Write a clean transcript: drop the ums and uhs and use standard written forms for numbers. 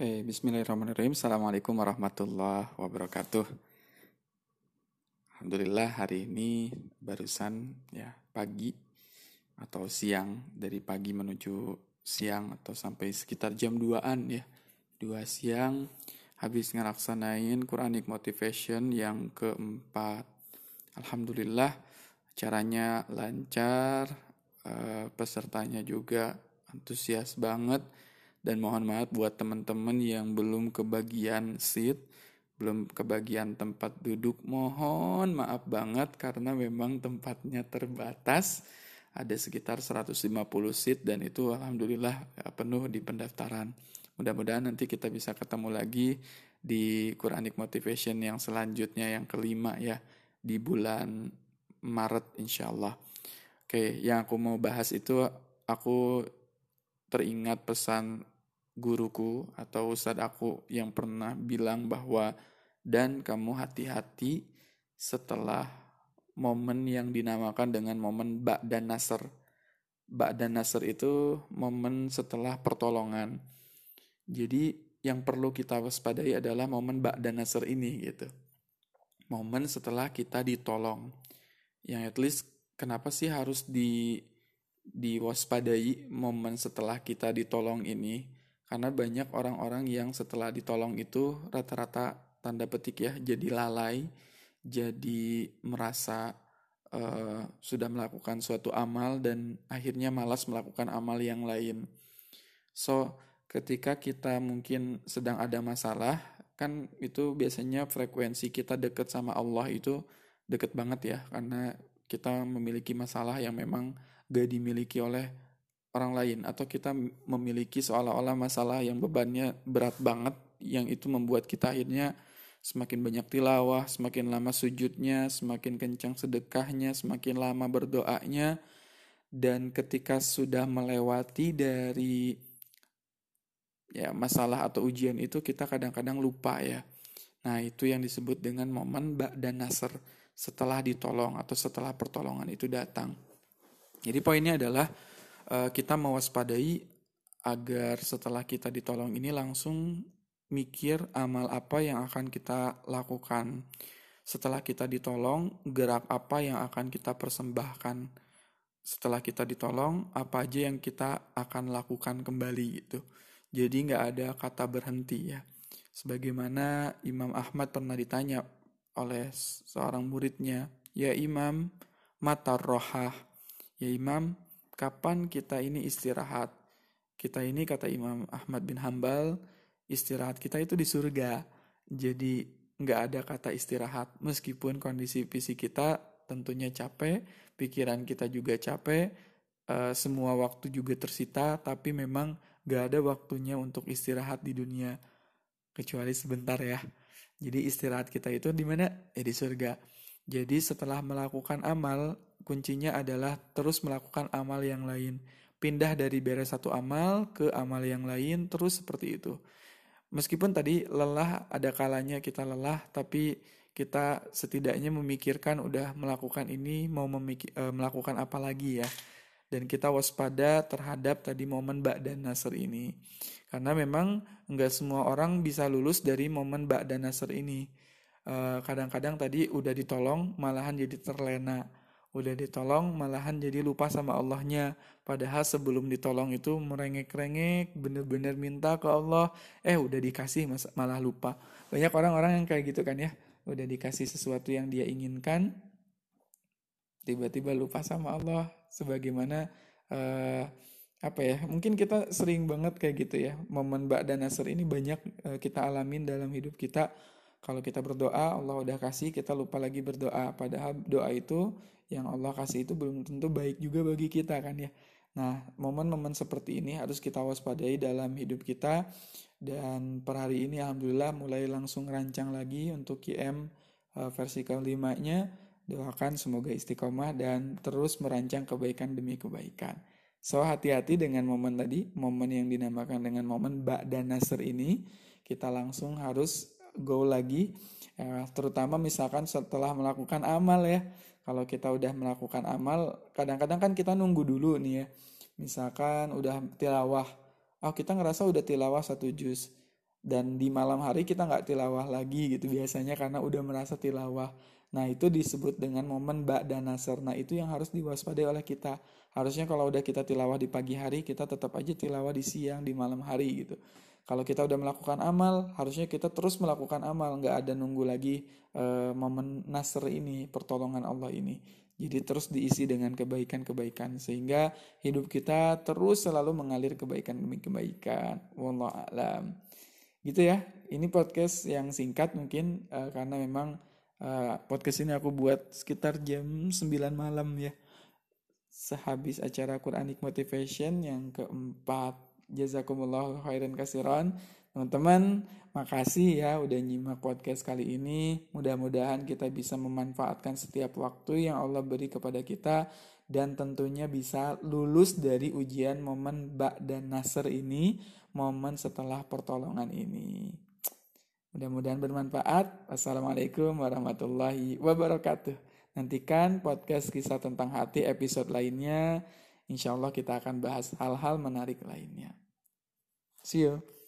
Bismillahirrahmanirrahim. Assalamualaikum warahmatullahi wabarakatuh. Alhamdulillah hari ini barusan ya pagi atau siang, dari pagi menuju siang atau sampai sekitar jam 2-an ya. 2 siang habis ngelaksanain Quranic Motivation yang keempat. Alhamdulillah caranya lancar, pesertanya juga antusias banget. Dan mohon maaf buat teman-teman yang belum kebagian seat, belum kebagian tempat duduk, mohon maaf banget karena memang tempatnya terbatas. Ada sekitar 150 seat dan itu alhamdulillah penuh di pendaftaran. Mudah-mudahan nanti kita bisa ketemu lagi di Quranic Motivation yang selanjutnya, yang kelima ya, di bulan Maret insya Allah. Oke, yang aku mau bahas itu, aku teringat pesan guruku atau ustadz aku yang pernah bilang bahwa dan kamu hati-hati setelah momen yang dinamakan dengan momen Ba'dan Nasr. Ba'dan Nasr itu momen setelah pertolongan. Jadi yang perlu kita waspadai adalah momen Ba'dan Nasr ini gitu. Momen setelah kita ditolong. Yang at least kenapa sih harus diwaspadai momen setelah kita ditolong ini? Karena banyak orang-orang yang setelah ditolong itu rata-rata tanda petik ya jadi lalai, jadi merasa sudah melakukan suatu amal dan akhirnya malas melakukan amal yang lain. So, ketika kita mungkin sedang ada masalah, kan itu biasanya frekuensi kita dekat sama Allah itu dekat banget ya, karena kita memiliki masalah yang memang gak dimiliki oleh orang lain, atau kita memiliki seolah-olah masalah yang bebannya berat banget, yang itu membuat kita akhirnya semakin banyak tilawah, semakin lama sujudnya, semakin kencang sedekahnya, semakin lama berdoanya, dan ketika sudah melewati dari ya masalah atau ujian itu kita kadang-kadang lupa ya. Nah, itu yang disebut dengan momen Ba'dan Nasr, setelah ditolong atau setelah pertolongan itu datang. Jadi poinnya adalah kita mewaspadai agar setelah kita ditolong ini langsung mikir amal apa yang akan kita lakukan. Setelah kita ditolong, gerak apa yang akan kita persembahkan. Setelah kita ditolong, apa aja yang kita akan lakukan kembali gitu. Jadi nggak ada kata berhenti ya. Sebagaimana Imam Ahmad pernah ditanya oleh seorang muridnya, "Ya Imam, mata rohah?" "Ya Imam, kapan kita ini istirahat?" Kita ini, kata Imam Ahmad bin Hambal, istirahat kita itu di surga. Jadi nggak ada kata istirahat. Meskipun kondisi fisik kita tentunya capek, pikiran kita juga capek, semua waktu juga tersita, tapi memang nggak ada waktunya untuk istirahat di dunia. Kecuali sebentar ya. Jadi istirahat kita itu di mana? Di surga. Jadi setelah melakukan amal, kuncinya adalah terus melakukan amal yang lain. Pindah dari beres satu amal ke amal yang lain, terus seperti itu. Meskipun tadi lelah, ada kalanya kita lelah, tapi kita setidaknya memikirkan udah melakukan ini, mau melakukan apa lagi ya. Dan kita waspada terhadap tadi momen Ba'dan Nasr ini. Karena memang nggak semua orang bisa lulus dari momen Ba'dan Nasr ini. Kadang-kadang tadi udah ditolong malahan jadi terlena, udah ditolong malahan jadi lupa sama Allahnya, padahal sebelum ditolong itu merengek-rengek, bener-bener minta ke Allah, udah dikasih malah lupa. Banyak orang-orang yang kayak gitu kan ya, udah dikasih sesuatu yang dia inginkan, tiba-tiba lupa sama Allah. Sebagaimana apa ya, mungkin kita sering banget kayak gitu ya, momen Ba'dan Nasr ini banyak kita alamin dalam hidup kita. Kalau kita berdoa, Allah udah kasih, kita lupa lagi berdoa. Padahal doa itu yang Allah kasih itu belum tentu baik juga bagi kita kan ya. Nah, momen-momen seperti ini harus kita waspadai dalam hidup kita. Dan per hari ini alhamdulillah mulai langsung rancang lagi untuk QM versi kelimanya. Doakan semoga istiqomah dan terus merancang kebaikan demi kebaikan. So, hati-hati dengan momen tadi, momen yang dinamakan dengan momen Ba'dan Nasr ini. Kita langsung harus go lagi, terutama misalkan setelah melakukan amal ya. Kalau kita udah melakukan amal, kadang-kadang kan kita nunggu dulu nih ya. Misalkan udah tilawah, kita ngerasa udah tilawah 1 juz, Dan di malam hari kita nggak tilawah lagi gitu biasanya karena udah merasa tilawah. Nah itu disebut dengan momen ba'da nasr. Nah itu yang harus diwaspadai oleh kita. Harusnya kalau udah kita tilawah di pagi hari, kita tetap aja tilawah di siang, di malam hari gitu. Kalau kita udah melakukan amal, harusnya kita terus melakukan amal, nggak ada nunggu lagi momen nasr ini, pertolongan Allah ini. Jadi terus diisi dengan kebaikan-kebaikan sehingga hidup kita terus selalu mengalir kebaikan demi kebaikan. Wallahu a'lam. Gitu ya. Ini podcast yang singkat mungkin karena memang podcast ini aku buat sekitar jam 9 malam ya. Sehabis acara Quranic Motivation yang keempat. Jazakumullahu khairan kasiran. Teman-teman, makasih ya udah nyimak podcast kali ini. Mudah-mudahan kita bisa memanfaatkan setiap waktu yang Allah beri kepada kita dan tentunya bisa lulus dari ujian momen dan nasr ini, momen setelah pertolongan ini. Mudah-mudahan bermanfaat. Wassalamualaikum warahmatullahi wabarakatuh. Nantikan podcast kisah tentang hati episode lainnya. Insya Allah kita akan bahas hal-hal menarik lainnya. See you.